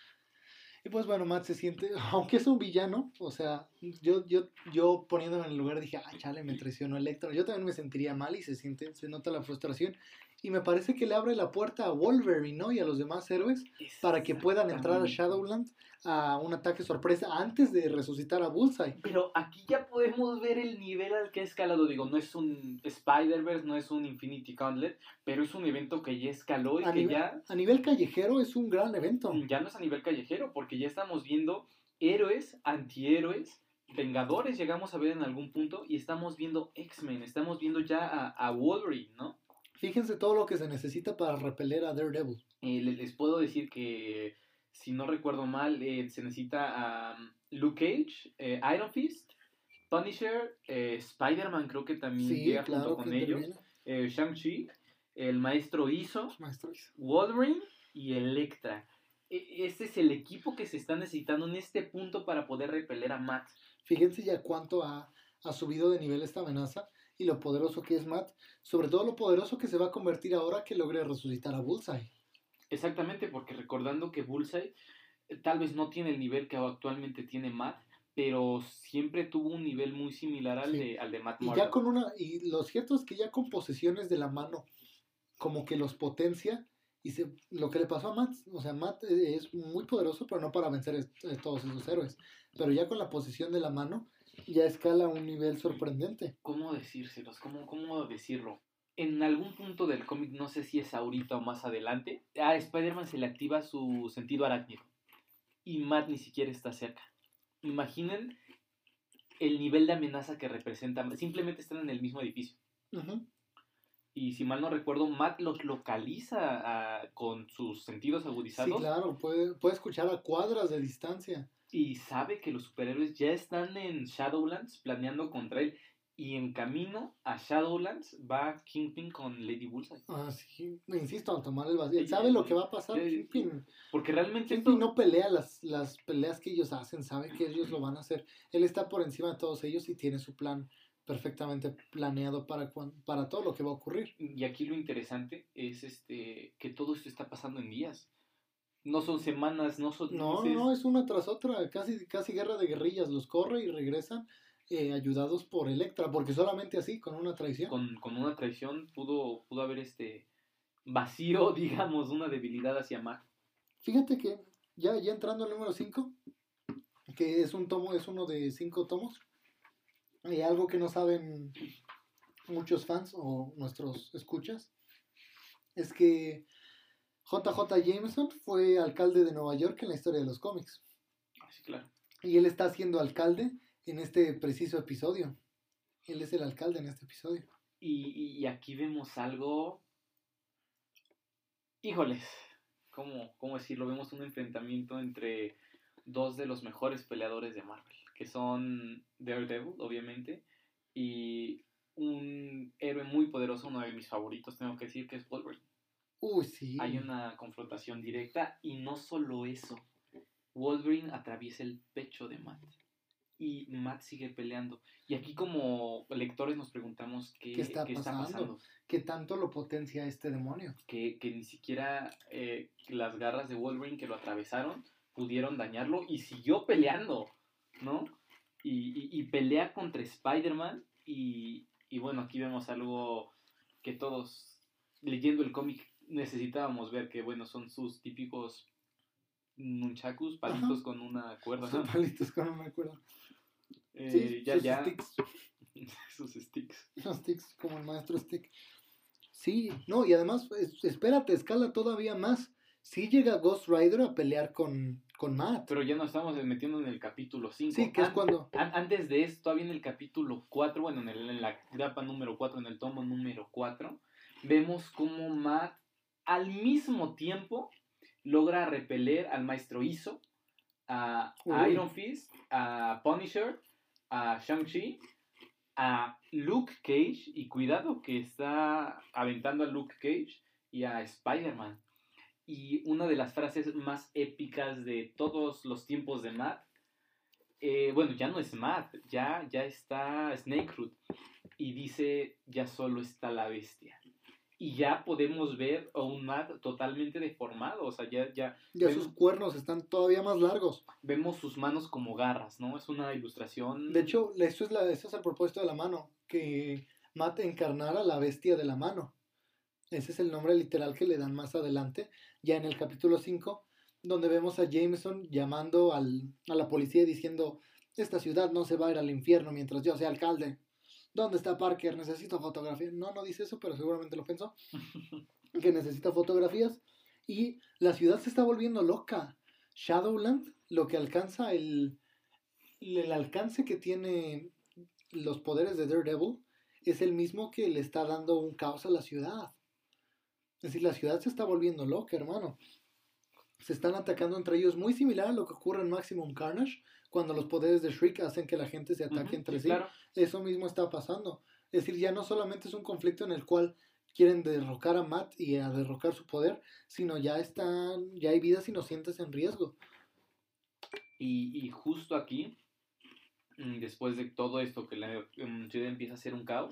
Y pues bueno, Matt se siente, aunque es un villano, o sea, yo, yo, yo poniéndome en el lugar dije, ah, chale, me traicionó Electra. Yo también me sentiría mal y se siente, se nota la frustración. Y me parece que le abre la puerta a Wolverine, ¿no? Y a los demás héroes para que puedan entrar a Shadowland a un ataque sorpresa antes de resucitar a Bullseye. Pero aquí ya podemos ver el nivel al que ha escalado. Digo, no es un Spider-Verse, no es un Infinity Gauntlet, pero es un evento que ya escaló y a que nivel, ya... A nivel callejero es un gran evento. Ya no es a nivel callejero, porque ya estamos viendo héroes, antihéroes, Vengadores llegamos a ver en algún punto y estamos viendo X-Men, estamos viendo ya a, a Wolverine, ¿no? Fíjense todo lo que se necesita para repeler a Daredevil. Eh, les puedo decir que, si no recuerdo mal, eh, se necesita a um, Luke Cage, eh, Iron Fist Punisher, eh, Spider-Man creo que también Sí, llega claro junto con que ellos, interviene. eh, Shang-Chi, el Maestro Iso, Maestro Isa. Wolverine y Electra. E- Este es el equipo que se está necesitando en este punto para poder repeler a Matt. Fíjense ya cuánto ha, ha subido de nivel esta amenaza y lo poderoso que es Matt. Sobre todo lo poderoso que se va a convertir ahora que logre resucitar a Bullseye. Exactamente, porque recordando que Bullseye eh, tal vez no tiene el nivel que actualmente tiene Matt, pero siempre tuvo un nivel muy similar al Sí. de, al de Matt Y ya Murdock. con una. Y lo cierto es que ya con posesiones de la mano, como que los potencia. Y se, lo que le pasó a Matt, o sea, Matt eh, es muy poderoso, pero no para vencer est- eh, todos esos héroes. Pero ya con la posesión de la mano, ya escala a un nivel sorprendente. ¿Cómo decírselos? ¿Cómo, cómo decirlo? En algún punto del cómic, no sé si es ahorita o más adelante, a Spider-Man se le activa su sentido arácnido. Y Matt ni siquiera está cerca. Imaginen el nivel de amenaza que representa. Simplemente están en el mismo edificio. Ujú. Y si mal no recuerdo, Matt los localiza ah, con sus sentidos Sí, agudizados claro, puede, puede escuchar a cuadras de distancia. y sabe que los superhéroes ya están en Shadowlands planeando contra él. Y en camino a Shadowlands va Kingpin con Lady Bullseye. Ah, sí, insisto, al tomar el vacío. Eh, ¿Sabe lo eh, que va a pasar? eh, Kingpin, Porque realmente Kingpin esto... no pelea las, las peleas que ellos hacen, sabe que ellos lo van a hacer. Él está por encima de todos ellos y tiene su plan perfectamente planeado para, cuan- para todo lo que va a ocurrir. Y aquí lo interesante es este que todo esto está pasando en días. No son semanas, no son No, no, meses. no, es una tras otra, casi, casi guerra de guerrillas. Los corre y regresan eh, ayudados por Electra, porque solamente así, con una traición. Con, con una traición pudo, pudo haber este vacío, digamos, una debilidad hacia Matt. Fíjate que ya, ya entrando al número cinco, que es un tomo, es uno de cinco tomos, y algo que no saben muchos fans o nuestros escuchas, es que J J. Jameson fue alcalde de Nueva York en la historia de los cómics. Así, claro. Y él está siendo alcalde en este preciso episodio. Él es el alcalde en este episodio. Y, y, y aquí vemos algo. Híjoles, ¿cómo, ¿cómo decirlo? Vemos un enfrentamiento entre dos de los mejores peleadores de Marvel, que son Daredevil, obviamente, y un héroe muy poderoso, uno de mis favoritos, tengo que decir, que es Wolverine. Uy, sí. Hay una confrontación directa y no solo eso. Wolverine atraviesa el pecho de Matt y Matt sigue peleando. Y aquí como lectores nos preguntamos qué, ¿Qué está qué está pasando? pasando. ¿Qué tanto lo potencia este demonio? Que, que ni siquiera eh, las garras de Wolverine que lo atravesaron pudieron dañarlo y siguió peleando, ¿no? Y, y, y pelea contra Spider-Man y, y bueno, aquí vemos algo que todos leyendo el cómic necesitábamos ver, que bueno, son sus típicos nunchakus, palitos Ajá. con una cuerda, Son ¿no? palitos con una cuerda. Eh, Sí, ya, sus ya, sticks. sus sticks. Los sticks, como el maestro stick. Sí, no, y además, es- espérate, escala todavía más. Sí llega Ghost Rider a pelear con, con Matt. Pero ya nos estamos metiendo en el capítulo cinco. Sí, que es An- cuando... an- antes de esto, todavía en el capítulo cuatro, bueno, en, el- en la grapa número cuatro, en el tomo número cuatro, vemos cómo Matt al mismo tiempo logra repeler al maestro Iso, a, a Uy. Iron Fist, a Punisher, a Shang-Chi, a Luke Cage, y cuidado que está aventando a Luke Cage y a Spider-Man. Y una de las frases más épicas de todos los tiempos de Matt, eh, bueno, ya no es Matt, ya, ya está Snakeroot, y dice, ya solo está la bestia. Y ya podemos ver a un Matt totalmente deformado, o sea, ya, ya Ya vemos, sus cuernos están todavía más largos. vemos sus manos como garras, ¿no? Es una ilustración... De hecho, eso es, la, eso es el propósito de la mano, que Matt encarnara la bestia de la mano. Ese es el nombre literal que le dan más adelante, ya en el capítulo cinco, donde vemos a Jameson llamando al, a la policía y diciendo, esta ciudad no se va a ir al infierno mientras yo sea alcalde. ¿Dónde está Parker? Necesito fotografías. No, no dice eso, pero seguramente lo pensó. Que necesita fotografías. Y la ciudad se está volviendo loca. Shadowland, lo que alcanza el, el alcance que tiene los poderes de Daredevil, es el mismo que le está dando un caos a la ciudad. Es decir, la ciudad se está volviendo loca, hermano. se están atacando entre ellos, muy similar a lo que ocurre en Maximum Carnage, cuando los poderes de Shriek hacen que la gente se ataque Uh-huh, entre sí, sí. claro. Eso mismo está pasando. Es decir, ya no solamente es un conflicto en el cual quieren derrocar a Matt y a derrocar su poder, sino ya están, ya hay vidas inocentes en riesgo. Y, y justo aquí, después de todo esto, que la um, ciudad empieza a ser un caos,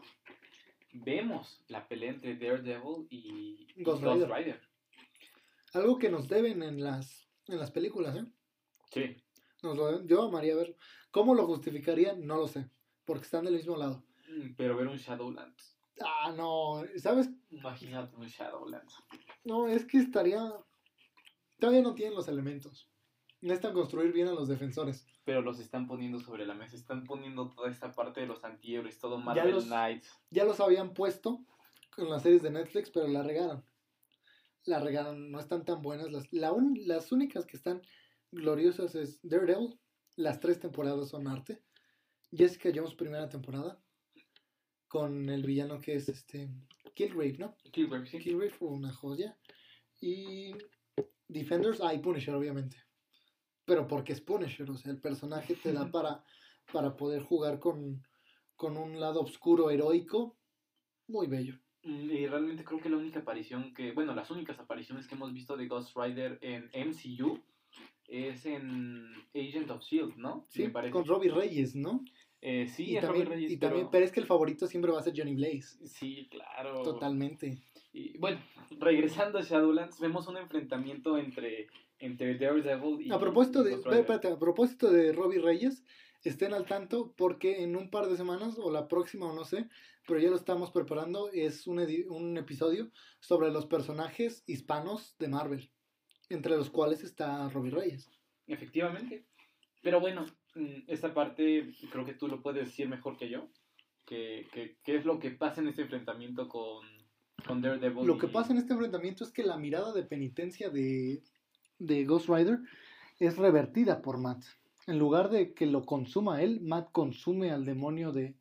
vemos la pelea entre Daredevil y, y Ghost Ghost Rider. Rider. Algo que nos deben en las, en las películas, ¿eh? Sí. Nos lo deben. Yo amaría ver. ¿Cómo lo justificarían? No lo sé. Porque están del mismo lado. Pero ver un Shadowlands. Ah, no. ¿Sabes? Imagínate un Shadowlands. No, es que estaría... Todavía no tienen los elementos. Necesitan construir bien a los defensores. Pero los están poniendo sobre la mesa. Están poniendo toda esta parte de los antihéroes, todo Marvel los, Knights. Ya los habían puesto con las series de Netflix, pero la regaron. La regaron. No están tan buenas. Las, la un, las únicas que están gloriosas es Daredevil. Las tres temporadas son arte. Jessica Jones, primera temporada. Con el villano que es este Killgrave, ¿no? Killgrave, sí. Killgrave fue una joya. Y Defenders, ah, y Punisher, obviamente. Pero porque es Punisher, o sea, el personaje te da para, para poder jugar con, con un lado oscuro, heroico, muy bello. Y realmente creo que la única aparición que, bueno, las únicas apariciones que hemos visto de Ghost Rider en M C U es en Agent of S H I E L D, ¿no? Sí, con Robbie Reyes, ¿no? Eh, sí, y es también, Robbie Reyes, y pero... también, pero es que el favorito siempre va a ser Johnny Blaze. Sí, claro. Totalmente. Y bueno, regresando a Shadowlands, vemos un enfrentamiento entre, entre Daredevil y... A propósito, y de, Ghost Rider. espérate, a propósito de Robbie Reyes, estén al tanto porque en un par de semanas, o la próxima, o no sé, pero ya lo estamos preparando, es un, edi- un episodio sobre los personajes hispanos de Marvel, entre los cuales está Robbie Reyes. Efectivamente. Pero bueno, esta parte creo que tú lo puedes decir mejor que yo. ¿Qué que, que es lo que pasa en este enfrentamiento con, con Daredevil? Lo y... que pasa en este enfrentamiento es que la mirada de penitencia de, de Ghost Rider es revertida por Matt. En lugar de que lo consuma él, Matt consume al demonio de,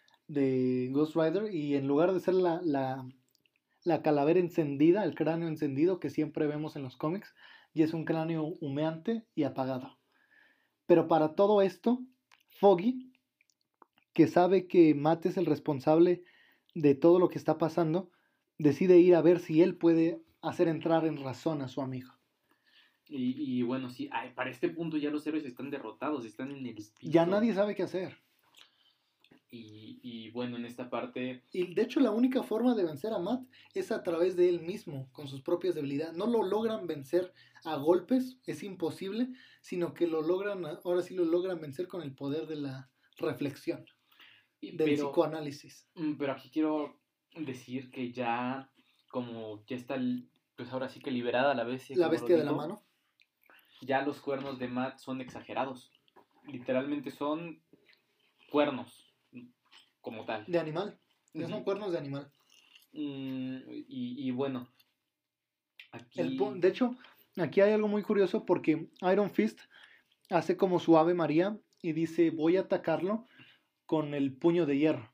de Ghost Rider y en lugar de ser la, la, la calavera encendida, el cráneo encendido que siempre vemos en los cómics, y es un cráneo humeante y apagado. Pero para todo esto, Foggy, que sabe que Matt es el responsable de todo lo que está pasando, decide ir a ver si él puede hacer entrar en razón a su amigo. Y, y bueno, sí, ay, para este punto ya los héroes están derrotados, están en el piso. Ya nadie sabe qué hacer. Y, y bueno, en esta parte... Y de hecho la única forma de vencer a Matt es a través de él mismo, con sus propias debilidades. No lo logran vencer a golpes, es imposible, sino que lo logran, ahora sí lo logran vencer con el poder de la reflexión, y, del pero, psicoanálisis. Pero aquí quiero decir que ya, como ya está, pues ahora sí que liberada la bestia. La bestia de la mano. Ya los cuernos de Matt son exagerados. Literalmente son cuernos. Como tal. De animal. Uh-huh. Son cuernos de animal. Mm, y, y bueno. Aquí... El, de hecho, aquí hay algo muy curioso porque Iron Fist hace como su Ave María y dice, voy a atacarlo con el puño de hierro.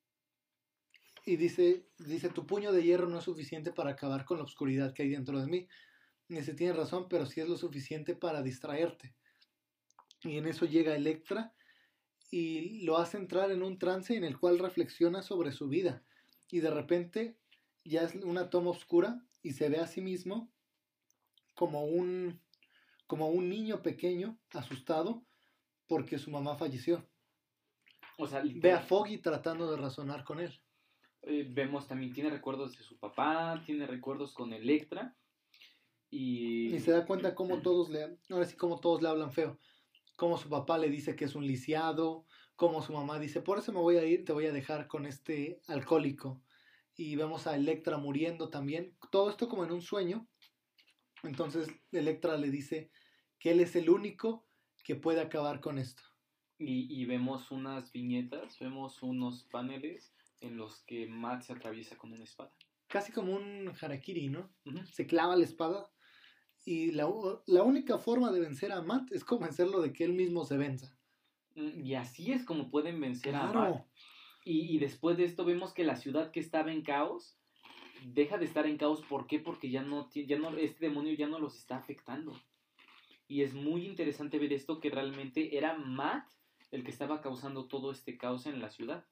Y dice, dice, tu puño de hierro no es suficiente para acabar con la oscuridad que hay dentro de mí. Y dice, tienes razón, pero sí es lo suficiente para distraerte. Y en eso llega Elektra y lo hace entrar en un trance en el cual reflexiona sobre su vida. Y de repente ya es una toma oscura y se ve a sí mismo como un, como un niño pequeño asustado porque su mamá falleció. O sea, ve a Foggy tratando de razonar con él. Eh, vemos también, tiene recuerdos de su papá, tiene recuerdos con Elektra. Y... y se da cuenta cómo todos le, ahora sí cómo todos le hablan feo. Cómo su papá le dice que es un lisiado, cómo su mamá dice, por eso me voy a ir, te voy a dejar con este alcohólico. Y vemos a Elektra muriendo también. Todo esto como en un sueño. Entonces Elektra le dice que él es el único que puede acabar con esto. Y, y vemos unas viñetas, vemos unos paneles en los que Matt se atraviesa con una espada. Casi como un harakiri, ¿no? Uh-huh. Se clava la espada. Y la, la única forma de vencer a Matt es convencerlo de que él mismo se venza. Y así es como pueden vencer claro. a Matt. Y, y después de esto vemos que la ciudad que estaba en caos deja de estar en caos. ¿Por qué? Porque ya no, ya no, este demonio ya no los está afectando. Y es muy interesante ver esto, que realmente era Matt el que estaba causando todo este caos en la ciudad.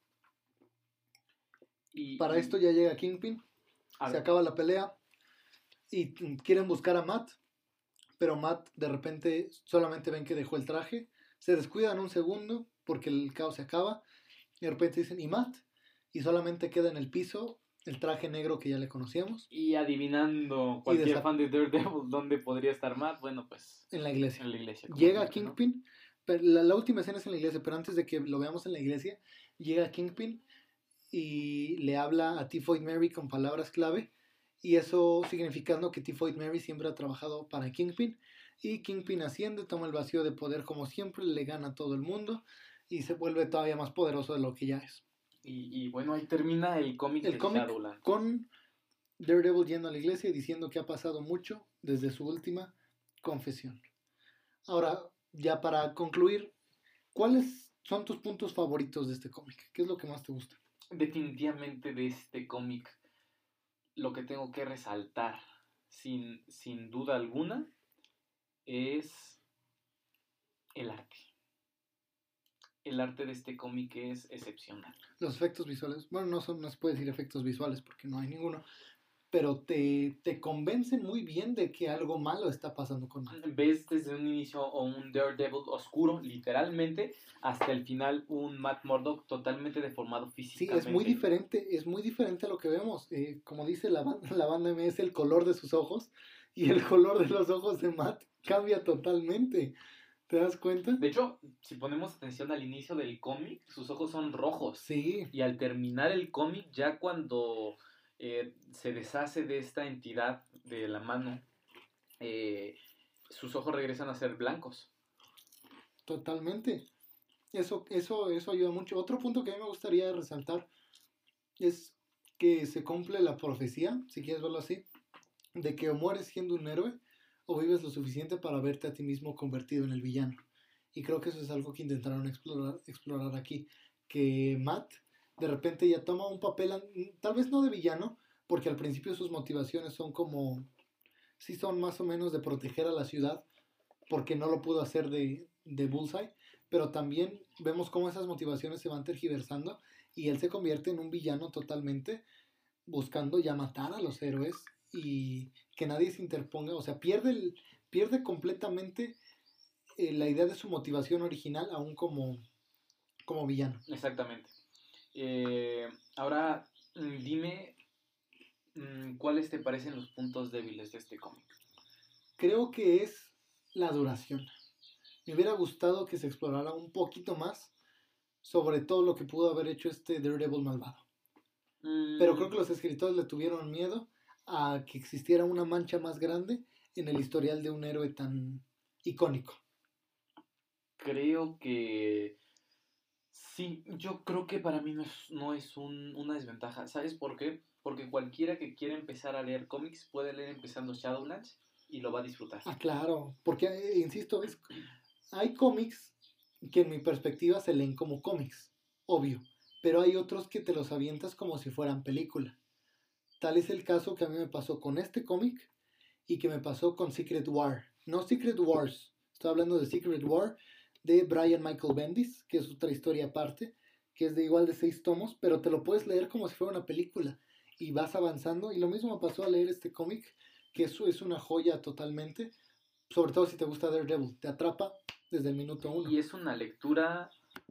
Y, Para y, esto ya llega Kingpin, se acaba la pelea y quieren buscar a Matt, pero Matt de repente solamente ven que dejó el traje, se descuidan un segundo porque el caos se acaba y de repente dicen ¿y Matt? Y solamente queda en el piso el traje negro que ya le conocíamos. Y adivinando cualquier fan de Daredevil dónde podría estar Matt, bueno, pues en la iglesia. En la iglesia llega siempre, Kingpin, ¿no? Pero la, la última escena es en la iglesia, pero antes de que lo veamos en la iglesia, llega Kingpin y le habla a Typhoid Mary con palabras clave, y eso significando que Typhoid Mary siempre ha trabajado para Kingpin, y Kingpin asciende, toma el vacío de poder como siempre, le gana a todo el mundo y se vuelve todavía más poderoso de lo que ya es. Y, y bueno, ahí termina el cómic de Shadowland. Con Daredevil yendo a la iglesia y diciendo que ha pasado mucho desde su última confesión. Ahora, ya para concluir, ¿cuáles son tus puntos favoritos de este cómic? ¿Qué es lo que más te gusta? Definitivamente de este cómic, lo que tengo que resaltar, sin, sin duda alguna, es el arte. El arte de este cómic es excepcional. Los efectos visuales, bueno, no, son, no se puede decir efectos visuales porque no hay ninguno, pero te, te convencen muy bien de que algo malo está pasando con Matt. Ves desde un inicio un Daredevil oscuro, literalmente, hasta el final un Matt Murdock totalmente deformado físicamente. Sí, es muy diferente, es muy diferente a lo que vemos. Eh, como dice la banda, la banda M, es el color de sus ojos, y el color de los ojos de Matt cambia totalmente. ¿Te das cuenta? De hecho, si ponemos atención al inicio del cómic, sus ojos son rojos. Sí. Y al terminar el cómic, ya cuando eh, se deshace de esta entidad de la mano, eh, sus ojos regresan a ser blancos. Totalmente. Eso, eso, eso ayuda mucho. Otro punto que a mí me gustaría resaltar es que se cumple la profecía, si quieres verlo así, de que o mueres siendo un héroe o vives lo suficiente para verte a ti mismo convertido en el villano. Y creo que eso es algo que intentaron explorar, explorar aquí. Que Matt de repente ya toma un papel, tal vez no de villano, porque al principio sus motivaciones son como, sí son más o menos de proteger a la ciudad, porque no lo pudo hacer de, de Bullseye, pero también vemos cómo esas motivaciones se van tergiversando y él se convierte en un villano totalmente, buscando ya matar a los héroes y que nadie se interponga, o sea, pierde, el, pierde completamente eh, la idea de su motivación original, aún como, como villano. Exactamente. Eh, ahora, dime, ¿cuáles te parecen los puntos débiles de este cómic? Creo que es la duración. Me hubiera gustado que se explorara un poquito más sobre todo lo que pudo haber hecho este Daredevil malvado. Mm. Pero creo que los escritores le tuvieron miedo a que existiera una mancha más grande en el historial de un héroe tan icónico. Creo que sí, yo creo que para mí no es, no es un, una desventaja. ¿Sabes por qué? Porque cualquiera que quiera empezar a leer cómics puede leer empezando Shadowlands y lo va a disfrutar. Ah, claro, porque, eh, insisto, es, hay cómics que en mi perspectiva se leen como cómics, obvio, pero hay otros que te los avientas como si fueran película. Tal es el caso que a mí me pasó con este cómic y que me pasó con Secret War. No Secret Wars, estoy hablando de Secret War de Brian Michael Bendis, que es otra historia aparte, que es de igual de seis tomos, pero te lo puedes leer como si fuera una película y vas avanzando. Y lo mismo me pasó a leer este cómic, que eso es una joya totalmente, sobre todo si te gusta Daredevil, te atrapa desde el minuto uno. Y es una lectura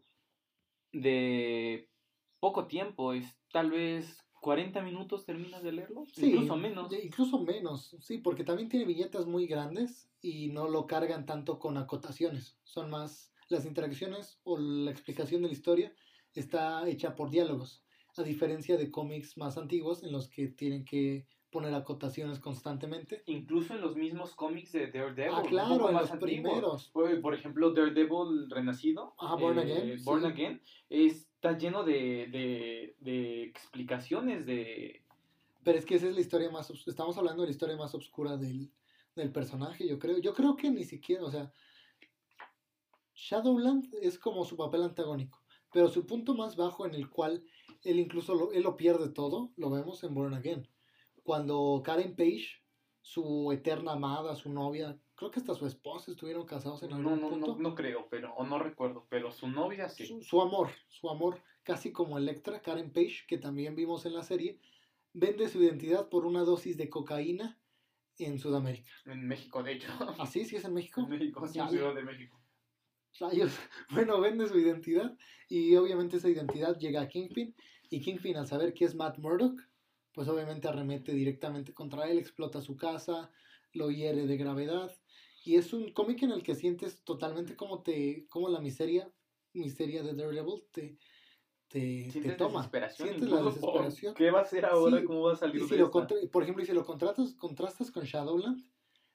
de poco tiempo, es tal vez cuarenta minutos terminas de leerlo, sí, incluso menos. Incluso menos, sí, porque también tiene viñetas muy grandes y no lo cargan tanto con acotaciones, son más las interacciones o la explicación de la historia está hecha por diálogos, a diferencia de cómics más antiguos en los que tienen que poner acotaciones constantemente. Incluso en los mismos cómics de Daredevil. Ah, claro, un poco en más los antiguos. Primeros. Por, por ejemplo, Daredevil Renacido. Ah, Born eh, Again. Born sí. Again. Está lleno de, de, de explicaciones de... Pero es que esa es la historia más... Estamos hablando de la historia más oscura del, del personaje, yo creo. Yo creo que ni siquiera, o sea... Shadowland es como su papel antagónico. Pero su punto más bajo en el cual él incluso lo, él lo pierde todo, lo vemos en Born Again. cuando Karen Page, su eterna amada, su novia, creo que hasta su esposa estuvieron casados en No, algún no, punto. no, no creo, pero, o no recuerdo, pero su novia sí. Su, su amor, su amor, casi como Electra, Karen Page, que también vimos en la serie, vende su identidad por una dosis de cocaína en Sudamérica. En México, de hecho. ¿Ah, sí? ¿Sí es en México? En México, sí, Ya, en Ciudad de México. Rayos. Bueno, vende su identidad y obviamente esa identidad llega a Kingpin y Kingpin, al saber que es Matt Murdock, pues obviamente arremete directamente contra él, explota su casa, lo hiere de gravedad y es un cómic en el que sientes totalmente como te como la miseria miseria de Daredevil te te, te Sientes toma, desesperación, sientes la incluso por desesperación. ¿qué va a hacer ahora? Sí, ¿Cómo va a salir y si de lo esta? contra, por ejemplo, y si lo contratas, contrastas con Shadowland,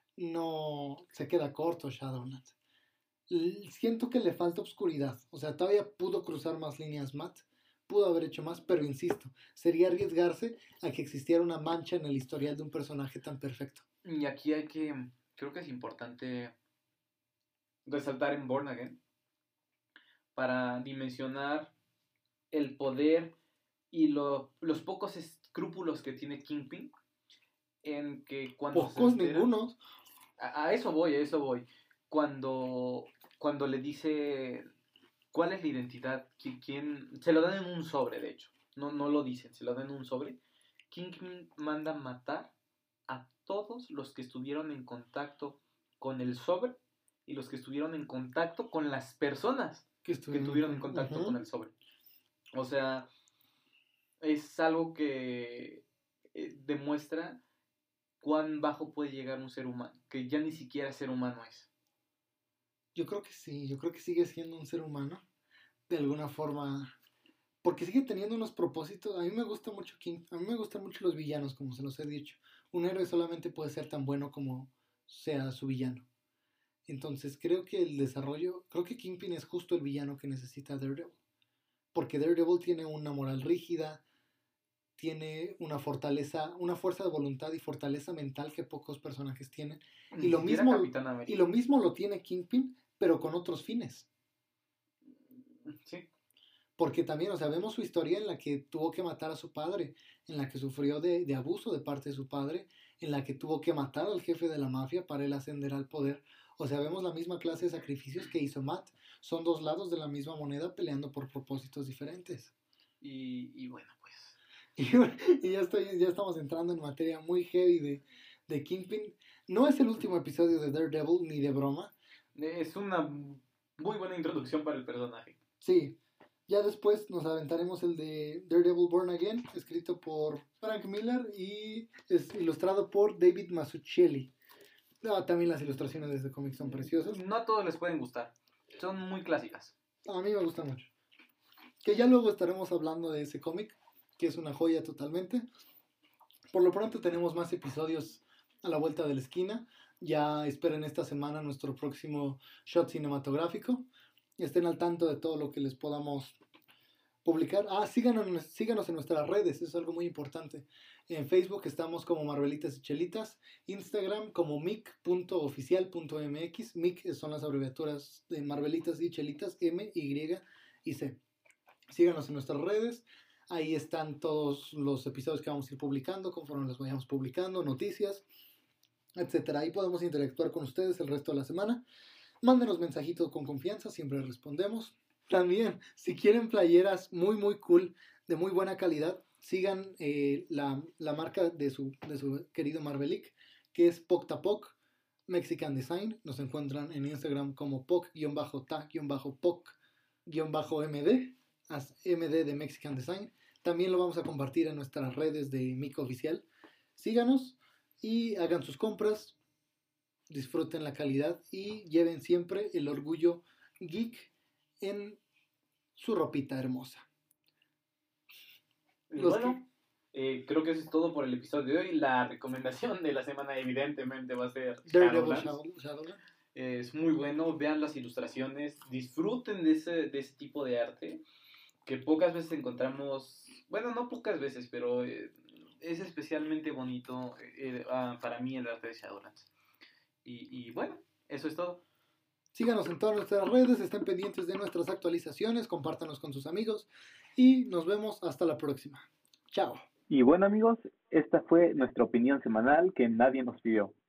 no se queda corto Shadowland. L- Siento que le falta oscuridad. O sea, todavía pudo cruzar más líneas Matt. Pudo haber hecho más, pero insisto, sería arriesgarse a que existiera una mancha en el historial de un personaje tan perfecto. Y aquí hay que, creo que es importante resaltar en Born Again para dimensionar el poder y lo- los pocos escrúpulos que tiene Kingpin en que cuando Pocos, se entera, ningunos. a, a eso voy, a eso voy, cuando, cuando le dice cuál es la identidad, qui- quién, se lo dan en un sobre, de hecho, no, no lo dicen, se lo dan en un sobre, Kingpin manda matar a todos los que estuvieron en contacto con el sobre y los que estuvieron en contacto con las personas Que que estuvieron estuvieron en con- contacto Ujú. con el sobre. O sea, es algo que eh, demuestra cuán bajo puede llegar un ser humano, que ya ni siquiera ser humano es. Yo creo que sí, yo creo que sigue siendo un ser humano, de alguna forma, porque sigue teniendo unos propósitos. A mí me gusta mucho King, a mí me gustan mucho los villanos, como se los he dicho. Un héroe solamente puede ser tan bueno como sea su villano. Entonces creo que el desarrollo, creo que Kingpin es justo el villano que necesita Daredevil. Porque Daredevil tiene una moral rígida, tiene una fortaleza, una fuerza de voluntad y fortaleza mental que pocos personajes tienen. Ni Y lo siquiera mismo, Capitán América. y lo mismo lo tiene Kingpin, pero con otros fines. Sí. Porque también, o sea, vemos su historia en la que tuvo que matar a su padre, en la que sufrió de, de abuso de parte de su padre, en la que tuvo que matar al jefe de la mafia para él ascender al poder. O sea, vemos la misma clase de sacrificios que hizo Matt. Son dos lados de la misma moneda peleando por propósitos diferentes. Y, y bueno, pues. Y, y ya, estoy, ya estamos entrando en materia muy heavy de, de Kingpin. No es el último episodio de Daredevil ni de broma. Es una muy buena introducción para el personaje. Sí, ya después nos aventaremos el de Daredevil Born Again, escrito por Frank Miller y es ilustrado por David Mazzucchelli. Ah, también las ilustraciones de este cómic son preciosas. No a todos les pueden gustar. Son muy clásicas. A mí me gusta mucho. Que ya luego estaremos hablando de ese cómic, que es una joya totalmente. Por lo pronto tenemos más episodios a la vuelta de la esquina. Ya esperen esta semana nuestro próximo shot cinematográfico. Estén al tanto de todo lo que les podamos publicar. Ah, síganos, síganos en nuestras redes, es algo muy importante. En Facebook estamos como Marvelitas y Chelitas, Instagram como mic punto oficial punto m x. Mic son las abreviaturas de Marvelitas y Chelitas, M, Y y C. Síganos en nuestras redes. Ahí están todos los episodios que vamos a ir publicando, conforme los vayamos publicando, noticias, etcétera. Ahí podemos interactuar con ustedes el resto de la semana. Mándenos mensajitos con confianza, siempre respondemos. También, si quieren playeras muy, muy cool, de muy buena calidad, sigan eh, la, la marca de su, de su querido Marvelic, que es Poctapoc Mexican Design. Nos encuentran en Instagram como poc-ta-poc-md, M D de Mexican Design. También lo vamos a compartir en nuestras redes de Mico Oficial. Síganos y hagan sus compras. Disfruten la calidad y lleven siempre el orgullo geek en su ropita hermosa. Y Los bueno, eh, creo que eso es todo por el episodio de hoy. La recomendación de la semana evidentemente va a ser Daredevil Shadowlands. Shadow, Shadowland. Eh, es muy bueno, vean las ilustraciones, disfruten de ese, de ese tipo de arte que pocas veces encontramos, bueno, no pocas veces, pero eh, es especialmente bonito eh, uh, para mí el arte de Shadowlands. Y, y bueno, eso es todo. Síganos en todas nuestras redes, estén pendientes de nuestras actualizaciones, compártanos con sus amigos y nos vemos hasta la próxima. Chao. Y bueno amigos, esta fue nuestra opinión semanal que nadie nos pidió.